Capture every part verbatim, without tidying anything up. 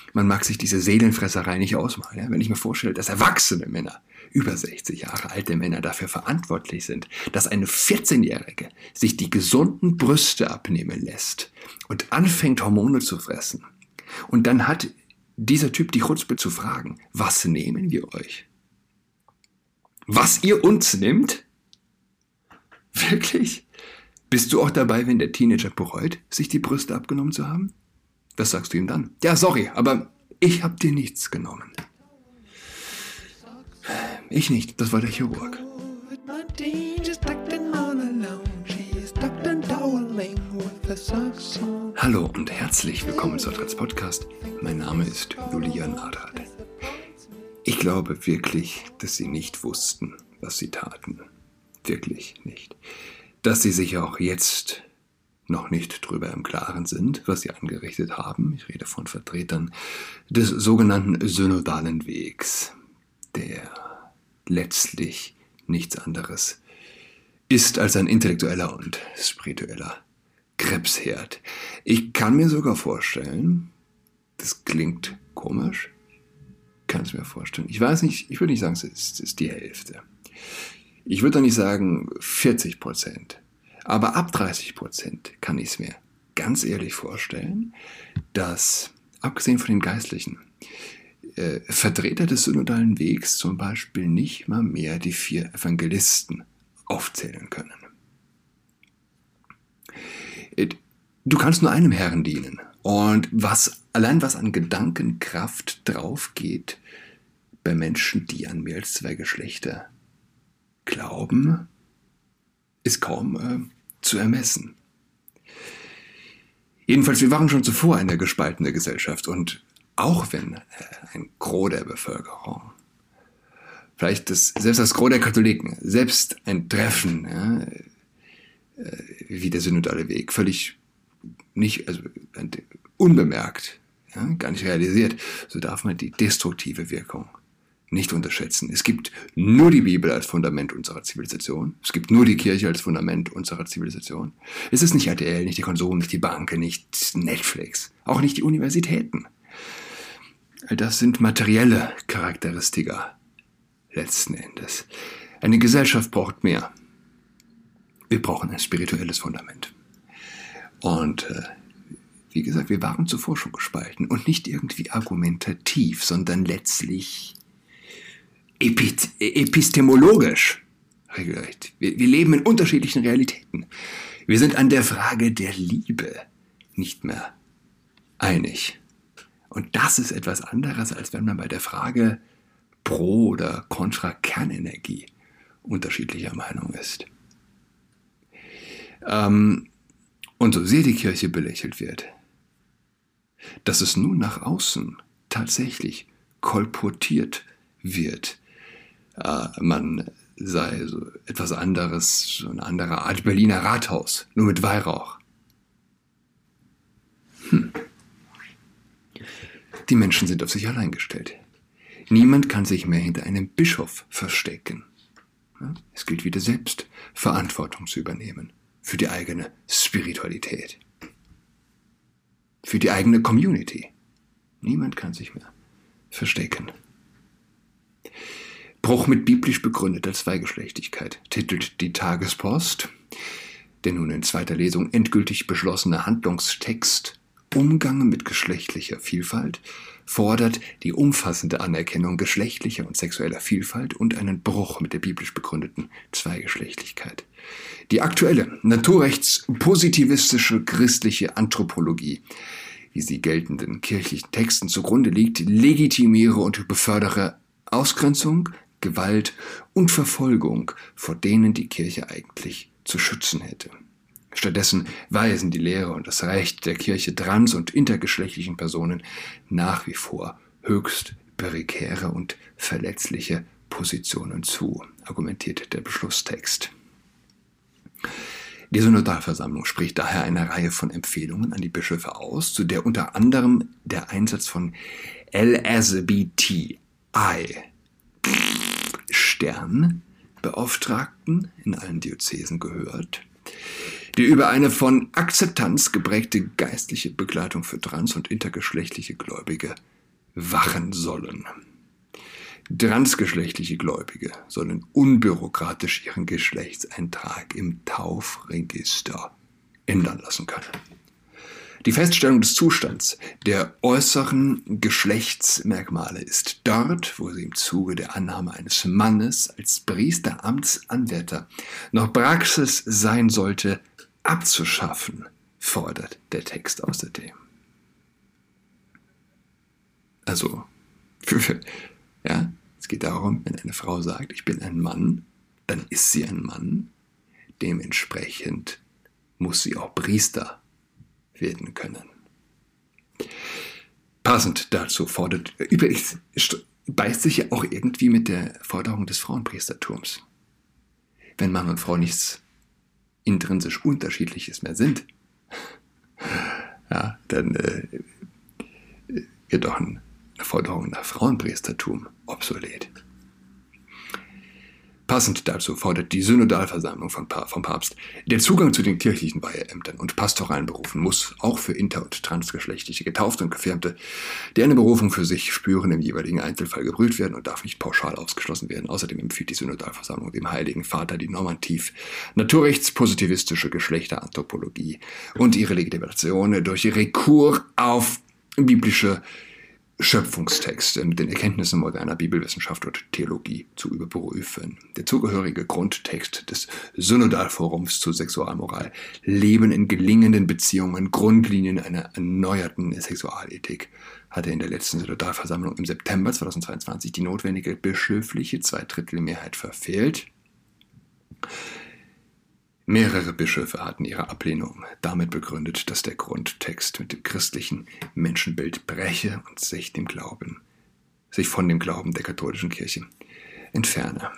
Man mag sich diese Seelenfresserei nicht ausmalen. Ja? Wenn ich mir vorstelle, dass erwachsene Männer, über sechzig Jahre alte Männer dafür verantwortlich sind, dass eine vierzehnjährige sich die gesunden Brüste abnehmen lässt und anfängt, Hormone zu fressen. Und dann hat dieser Typ die Chutzpe zu fragen, was nehmen wir euch? Was ihr uns nimmt? Wirklich? Bist du auch dabei, wenn der Teenager bereut, sich die Brüste abgenommen zu haben? Was sagst du ihm dann? Ja, sorry, aber ich hab dir nichts genommen. Ich nicht, das war der Chirurg. Hallo und herzlich willkommen zu Adrats Podcast. Mein Name ist Julian Adrat. Ich glaube wirklich, dass sie nicht wussten, was sie taten. Wirklich nicht. Dass sie sich auch jetzt noch nicht drüber im Klaren sind, was sie angerichtet haben. Ich rede von Vertretern des sogenannten synodalen Wegs, der letztlich nichts anderes ist als ein intellektueller und spiritueller Krebsherd. Ich kann mir sogar vorstellen, das klingt komisch, kann es mir vorstellen. Ich weiß nicht, ich würde nicht sagen, es ist, es ist die Hälfte. Ich würde doch nicht sagen vierzig Prozent. Aber ab dreißig Prozent kann ich es mir ganz ehrlich vorstellen, dass, abgesehen von den Geistlichen, äh, Vertreter des synodalen Wegs zum Beispiel nicht mal mehr die vier Evangelisten aufzählen können. Du kannst nur einem Herrn dienen. Und was, allein was an Gedankenkraft drauf geht bei Menschen, die an mehr als zwei Geschlechter glauben, ist kaum äh, zu ermessen. Jedenfalls, wir waren schon zuvor eine gespaltene Gesellschaft und auch wenn äh, ein Gros der Bevölkerung, vielleicht das, selbst das Gros der Katholiken, selbst ein Treffen ja, äh, wie der synodale Weg, völlig nicht, also unbemerkt, ja, gar nicht realisiert, so darf man die destruktive Wirkung nicht unterschätzen. Es gibt nur die Bibel als Fundament unserer Zivilisation. Es gibt nur die Kirche als Fundament unserer Zivilisation. Es ist nicht R T L, nicht die Konsum, nicht die Banken, nicht Netflix, auch nicht die Universitäten. All das sind materielle Charakteristika letzten Endes. Eine Gesellschaft braucht mehr. Wir brauchen ein spirituelles Fundament. Und äh, wie gesagt, wir waren zuvor schon gespalten und nicht irgendwie argumentativ, sondern letztlich epistemologisch regelrecht. Wir, wir leben in unterschiedlichen Realitäten. Wir sind an der Frage der Liebe nicht mehr einig. Und das ist etwas anderes, als wenn man bei der Frage pro oder contra Kernenergie unterschiedlicher Meinung ist. Ähm, und so sehr die Kirche belächelt wird, dass es nun nach außen tatsächlich kolportiert wird, äh, man sei so etwas anderes, so eine andere Art Berliner Rathaus, nur mit Weihrauch. Hm. Die Menschen sind auf sich allein gestellt. Niemand kann sich mehr hinter einem Bischof verstecken. Es gilt wieder selbst, Verantwortung zu übernehmen für die eigene Spiritualität, für die eigene Community. Niemand kann sich mehr verstecken. Bruch mit biblisch begründeter Zweigeschlechtigkeit, titelt die Tagespost. Der nun in zweiter Lesung endgültig beschlossene Handlungstext Umgang mit geschlechtlicher Vielfalt fordert die umfassende Anerkennung geschlechtlicher und sexueller Vielfalt und einen Bruch mit der biblisch begründeten Zweigeschlechtlichkeit. Die aktuelle, naturrechtspositivistische christliche Anthropologie, wie sie geltenden kirchlichen Texten zugrunde liegt, legitimiere und befördere Ausgrenzung, Gewalt und Verfolgung, vor denen die Kirche eigentlich zu schützen hätte. Stattdessen weisen die Lehre und das Recht der Kirche trans- und intergeschlechtlichen Personen nach wie vor höchst prekäre und verletzliche Positionen zu, argumentiert der Beschlusstext. Die Synodalversammlung spricht daher eine Reihe von Empfehlungen an die Bischöfe aus, zu der unter anderem der Einsatz von L S B T I-Stern-Beauftragten in allen Diözesen gehört, die über eine von Akzeptanz geprägte geistliche Begleitung für trans- und intergeschlechtliche Gläubige wachen sollen. Transgeschlechtliche Gläubige sollen unbürokratisch ihren Geschlechtseintrag im Taufregister ändern lassen können. Die Feststellung des Zustands der äußeren Geschlechtsmerkmale ist dort, wo sie im Zuge der Annahme eines Mannes als Priester, Amtsanwärter noch Praxis sein sollte, abzuschaffen, fordert der Text außerdem. Also, ja, es geht darum, wenn eine Frau sagt, ich bin ein Mann, dann ist sie ein Mann. Dementsprechend muss sie auch Priester werden können. Passend dazu fordert, übrigens beißt sich ja auch irgendwie mit der Forderung des Frauenpriestertums. Wenn Mann und Frau nichts intrinsisch Unterschiedliches mehr sind, ja, dann äh, wird doch eine Forderung nach Frauenpriestertum obsolet. Passend dazu fordert die Synodalversammlung vom Papst, der Zugang zu den kirchlichen Weiheämtern und pastoralen Berufen muss auch für inter- und transgeschlechtliche Getaufte und Gefirmte, die eine Berufung für sich spüren, im jeweiligen Einzelfall geprüft werden und darf nicht pauschal ausgeschlossen werden. Außerdem empfiehlt die Synodalversammlung dem Heiligen Vater die normativ naturrechtspositivistische Geschlechteranthropologie und ihre Legitimation durch Rekur auf biblische Schöpfungstexte mit den Erkenntnissen moderner Bibelwissenschaft und Theologie zu überprüfen. Der zugehörige Grundtext des Synodalforums zur Sexualmoral, Leben in gelingenden Beziehungen, Grundlinien einer erneuerten Sexualethik, hatte in der letzten Synodalversammlung im September zweitausendzweiundzwanzig die notwendige bischöfliche Zweidrittelmehrheit verfehlt. Mehrere Bischöfe hatten ihre Ablehnung damit begründet, dass der Grundtext mit dem christlichen Menschenbild breche und sich dem Glauben, sich von dem Glauben der katholischen Kirche entferne.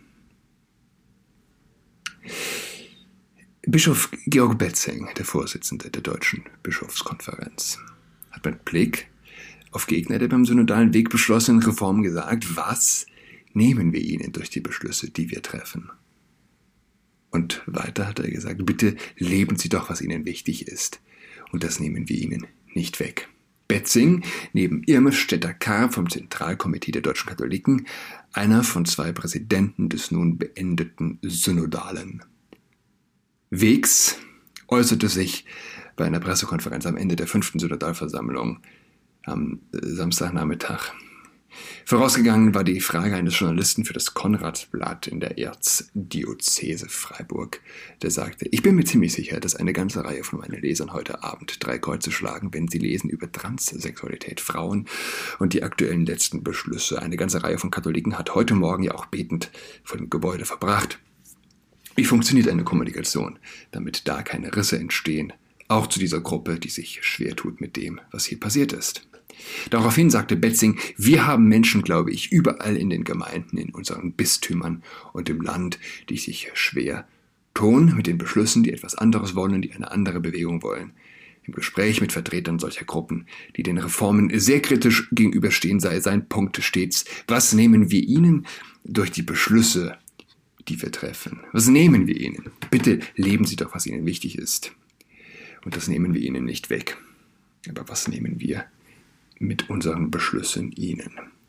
Bischof Georg Betzing, der Vorsitzende der Deutschen Bischofskonferenz, hat mit Blick auf Gegner der beim synodalen Weg beschlossenen Reformen gesagt, was nehmen wir ihnen durch die Beschlüsse, die wir treffen? Und weiter hat er gesagt, bitte leben Sie doch, was Ihnen wichtig ist. Und das nehmen wir Ihnen nicht weg. Betzing, neben Irmes Stetter-Karr vom Zentralkomitee der deutschen Katholiken, einer von zwei Präsidenten des nun beendeten synodalen Wegs, äußerte sich bei einer Pressekonferenz am Ende der fünften Synodalversammlung am Samstagnachmittag. Vorausgegangen war die Frage eines Journalisten für das Konradsblatt in der Erzdiözese Freiburg, der sagte, ich bin mir ziemlich sicher, dass eine ganze Reihe von meinen Lesern heute Abend drei Kreuze schlagen, wenn sie lesen über Transsexualität, Frauen und die aktuellen letzten Beschlüsse. Eine ganze Reihe von Katholiken hat heute Morgen ja auch betend vor dem Gebäude verbracht. Wie funktioniert eine Kommunikation, damit da keine Risse entstehen, auch zu dieser Gruppe, die sich schwer tut mit dem, was hier passiert ist? Daraufhin sagte Betzing, wir haben Menschen, glaube ich, überall in den Gemeinden, in unseren Bistümern und im Land, die sich schwer tun mit den Beschlüssen, die etwas anderes wollen, die eine andere Bewegung wollen. Im Gespräch mit Vertretern solcher Gruppen, die den Reformen sehr kritisch gegenüberstehen, sei sein Punkt stets, was nehmen wir ihnen durch die Beschlüsse, die wir treffen? Was nehmen wir ihnen? Bitte leben Sie doch, was ihnen wichtig ist. Und das nehmen wir ihnen nicht weg. Aber was nehmen wir mit unseren Beschlüssen ihnen?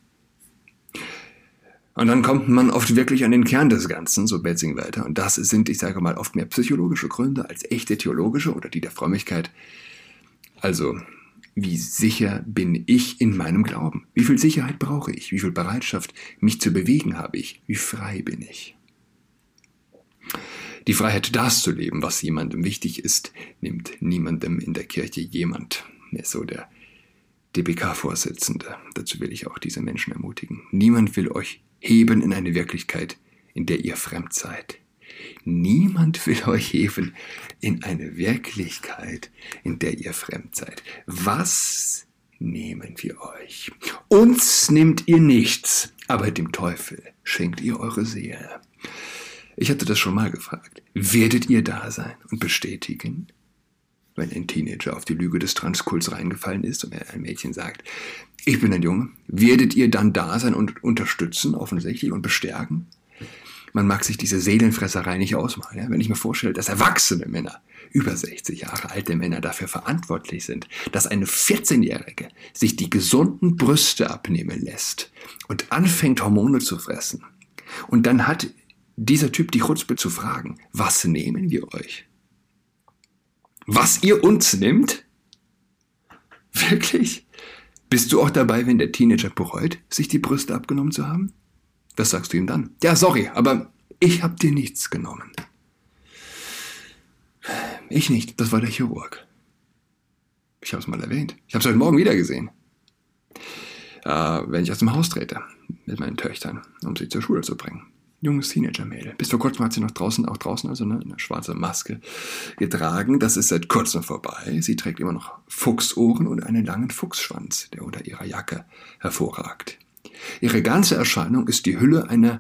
Und dann kommt man oft wirklich an den Kern des Ganzen, so Betzing weiter. Und das sind, ich sage mal, oft mehr psychologische Gründe als echte theologische oder die der Frömmigkeit. Also, wie sicher bin ich in meinem Glauben? Wie viel Sicherheit brauche ich? Wie viel Bereitschaft, mich zu bewegen, habe ich? Wie frei bin ich? Die Freiheit, das zu leben, was jemandem wichtig ist, nimmt niemandem in der Kirche jemand. So der D B K-Vorsitzende. Dazu will ich auch diese Menschen ermutigen. Niemand will euch heben in eine Wirklichkeit, in der ihr fremd seid. Niemand will euch heben in eine Wirklichkeit, in der ihr fremd seid. Was nehmen wir euch? Uns nehmt ihr nichts, aber dem Teufel schenkt ihr eure Seele. Ich hatte das schon mal gefragt. Werdet ihr da sein und bestätigen, wenn ein Teenager auf die Lüge des Transkults reingefallen ist und ein Mädchen sagt, ich bin ein Junge, werdet ihr dann da sein und unterstützen, offensichtlich, und bestärken? Man mag sich diese Seelenfresserei nicht ausmalen. Ja? Wenn ich mir vorstelle, dass erwachsene Männer, über sechzig Jahre alte Männer dafür verantwortlich sind, dass eine vierzehnjährige sich die gesunden Brüste abnehmen lässt und anfängt, Hormone zu fressen. Und dann hat dieser Typ die Chutzpe zu fragen, was nehmen wir euch? Was ihr uns nimmt? Wirklich? Bist du auch dabei, wenn der Teenager bereut, sich die Brüste abgenommen zu haben? Was sagst du ihm dann? Ja, sorry, aber ich habe dir nichts genommen. Ich nicht, das war der Chirurg. Ich habe es mal erwähnt. Ich habe es heute Morgen wieder gesehen. Äh, wenn ich aus dem Haus trete mit meinen Töchtern, um sie zur Schule zu bringen. Junges Teenager-Mädel. Bis vor kurzem hat sie noch draußen, auch draußen also eine, eine schwarze Maske getragen. Das ist seit kurzem vorbei. Sie trägt immer noch Fuchsohren und einen langen Fuchsschwanz, der unter ihrer Jacke hervorragt. Ihre ganze Erscheinung ist die Hülle einer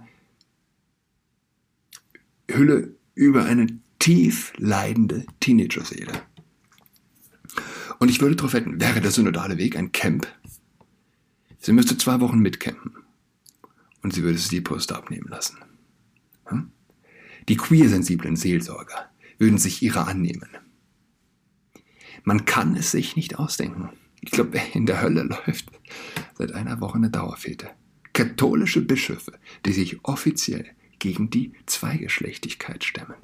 Hülle über eine tief leidende Teenager-Seele. Und ich würde darauf wetten, wäre der synodale Weg ein Camp, sie müsste zwei Wochen mitcampen und sie würde sich die Brüste abnehmen lassen. Hm? Die queersensiblen Seelsorger würden sich ihrer annehmen. Man kann es sich nicht ausdenken. Ich glaube, in der Hölle läuft seit einer Woche eine Dauerfete. Katholische Bischöfe, die sich offiziell gegen die Zweigeschlechtigkeit stemmen.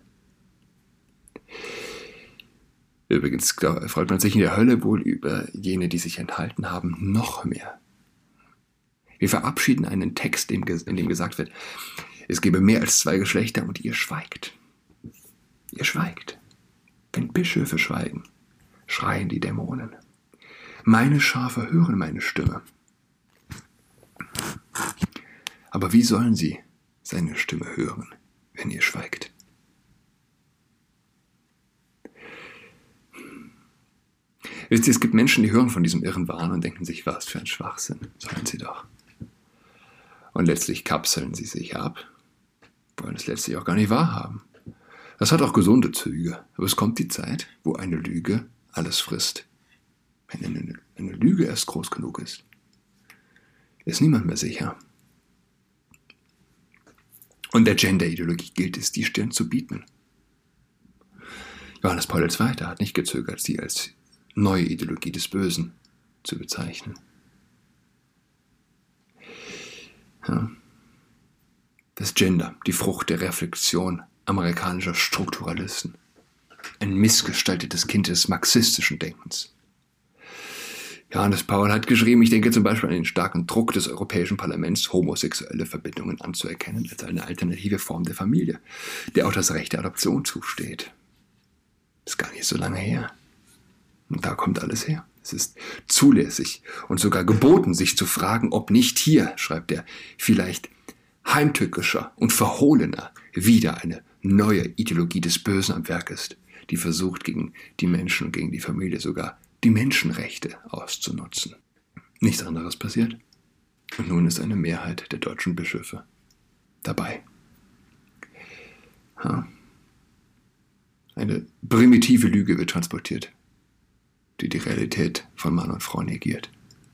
Übrigens freut man sich in der Hölle wohl über jene, die sich enthalten haben, noch mehr. Wir verabschieden einen Text, in dem gesagt wird, es gebe mehr als zwei Geschlechter und ihr schweigt. Ihr schweigt. Wenn Bischöfe schweigen, schreien die Dämonen. Meine Schafe hören meine Stimme. Aber wie sollen sie seine Stimme hören, wenn ihr schweigt? Wisst ihr, es gibt Menschen, die hören von diesem irren Wahn und denken sich, was für ein Schwachsinn, sollen sie doch. Und letztlich kapseln sie sich ab, wollen es letztlich auch gar nicht wahrhaben. Das hat auch gesunde Züge, aber es kommt die Zeit, wo eine Lüge alles frisst. Wenn eine, eine Lüge erst groß genug ist, ist niemand mehr sicher. Und der Gender-Ideologie gilt es, die Stirn zu bieten. Johannes Paul der Zweite hat nicht gezögert, sie als neue Ideologie des Bösen zu bezeichnen. Ja. Das Gender, die Frucht der Reflexion amerikanischer Strukturalisten. Ein missgestaltetes Kind des marxistischen Denkens. Johannes Paul hat geschrieben, ich denke zum Beispiel an den starken Druck des Europäischen Parlaments, homosexuelle Verbindungen anzuerkennen als eine alternative Form der Familie, der auch das Recht der Adoption zusteht. Das ist gar nicht so lange her. Und da kommt alles her. Es ist zulässig und sogar geboten, sich zu fragen, ob nicht hier, schreibt er, vielleicht heimtückischer und verhohlener wieder eine neue Ideologie des Bösen am Werk ist, die versucht, gegen die Menschen und gegen die Familie sogar die Menschenrechte auszunutzen. Nichts anderes passiert. Und nun ist eine Mehrheit der deutschen Bischöfe dabei. Ja. Eine primitive Lüge wird transportiert, die die Realität von Mann und Frau negiert.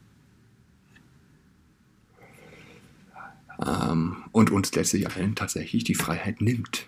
Ähm, und uns letztlich allen tatsächlich die Freiheit nimmt.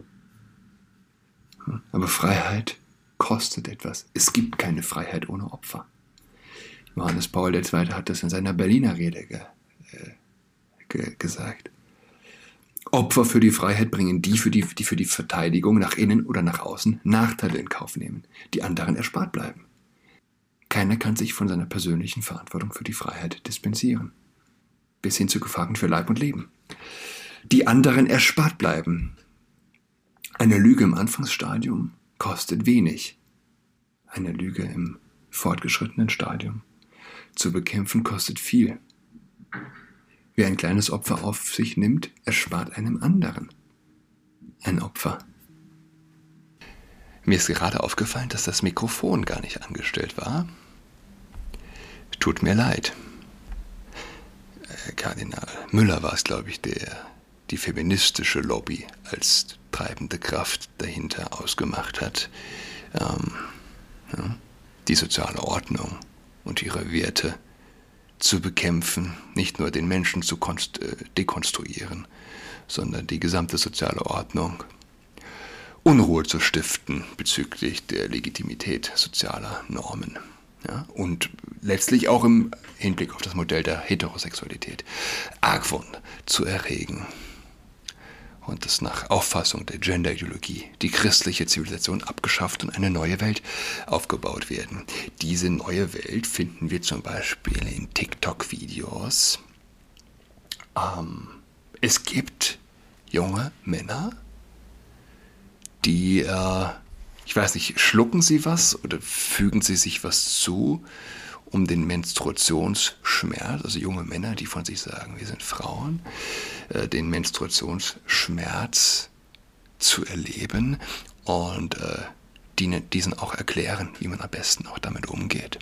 Aber Freiheit kostet etwas. Es gibt keine Freiheit ohne Opfer. Johannes Paul der Zweite hat das in seiner Berliner Rede ge, äh, ge, gesagt. Opfer für die Freiheit bringen die für die, die für die Verteidigung nach innen oder nach außen Nachteile in Kauf nehmen, die anderen erspart bleiben. Keiner kann sich von seiner persönlichen Verantwortung für die Freiheit dispensieren. Bis hin zu Gefahren für Leib und Leben. Die anderen erspart bleiben. Eine Lüge im Anfangsstadium kostet wenig. Eine Lüge im fortgeschrittenen Stadium zu bekämpfen kostet viel. Wer ein kleines Opfer auf sich nimmt, erspart einem anderen ein Opfer. Mir ist gerade aufgefallen, dass das Mikrofon gar nicht angestellt war. Tut mir leid. Kardinal Müller war es, glaube ich, der die feministische Lobby als treibende Kraft dahinter ausgemacht hat, ähm, ja, die soziale Ordnung und ihre Werte zu bekämpfen, nicht nur den Menschen zu konst- äh, dekonstruieren, sondern die gesamte soziale Ordnung, Unruhe zu stiften bezüglich der Legitimität sozialer Normen. Ja, und letztlich auch im Hinblick auf das Modell der Heterosexualität Argwohn zu erregen. Und dass nach Auffassung der Genderideologie die christliche Zivilisation abgeschafft und eine neue Welt aufgebaut werden. Diese neue Welt finden wir zum Beispiel in TikTok-Videos. Ähm, es gibt junge Männer, die, äh, ich weiß nicht, schlucken sie was oder fügen sie sich was zu, um den Menstruationsschmerz, also junge Männer, die von sich sagen, wir sind Frauen, äh, den Menstruationsschmerz zu erleben und äh, die, diesen auch erklären, wie man am besten auch damit umgeht.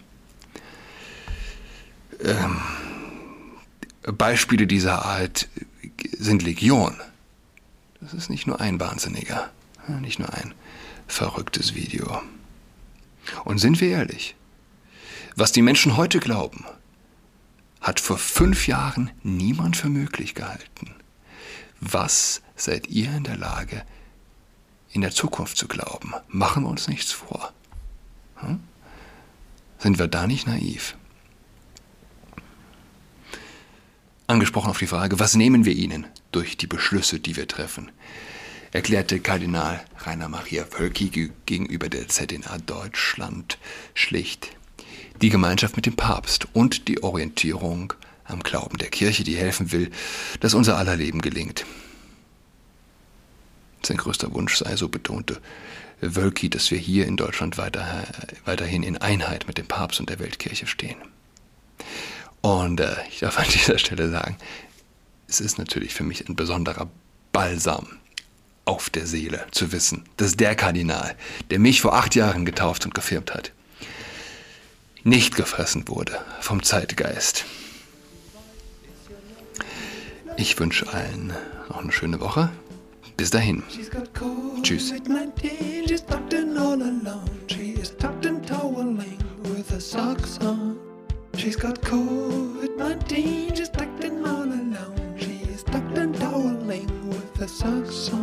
Ähm, Beispiele dieser Art sind Legion. Das ist nicht nur ein Wahnsinniger, nicht nur ein verrücktes Video. Und sind wir ehrlich, was die Menschen heute glauben, hat vor fünf Jahren niemand für möglich gehalten. Was seid ihr in der Lage, in der Zukunft zu glauben? Machen wir uns nichts vor. Hm? Sind wir da nicht naiv? Angesprochen auf die Frage, was nehmen wir ihnen durch die Beschlüsse, die wir treffen, erklärte Kardinal Rainer Maria Wölki gegenüber der Z N A Deutschland schlicht: Die Gemeinschaft mit dem Papst und die Orientierung am Glauben der Kirche, die helfen will, dass unser aller Leben gelingt. Sein größter Wunsch sei, so betonte Wölki, dass wir hier in Deutschland weiter, weiterhin in Einheit mit dem Papst und der Weltkirche stehen. Und äh, ich darf an dieser Stelle sagen, es ist natürlich für mich ein besonderer Balsam auf der Seele zu wissen, dass der Kardinal, der mich vor acht Jahren getauft und gefirmt hat, nicht gefressen wurde vom Zeitgeist. Ich wünsche allen noch eine schöne Woche. Bis dahin. Tschüss. She's got COVID nineteen, she's tucked in all alone. She's tucked and toweling with her socks on.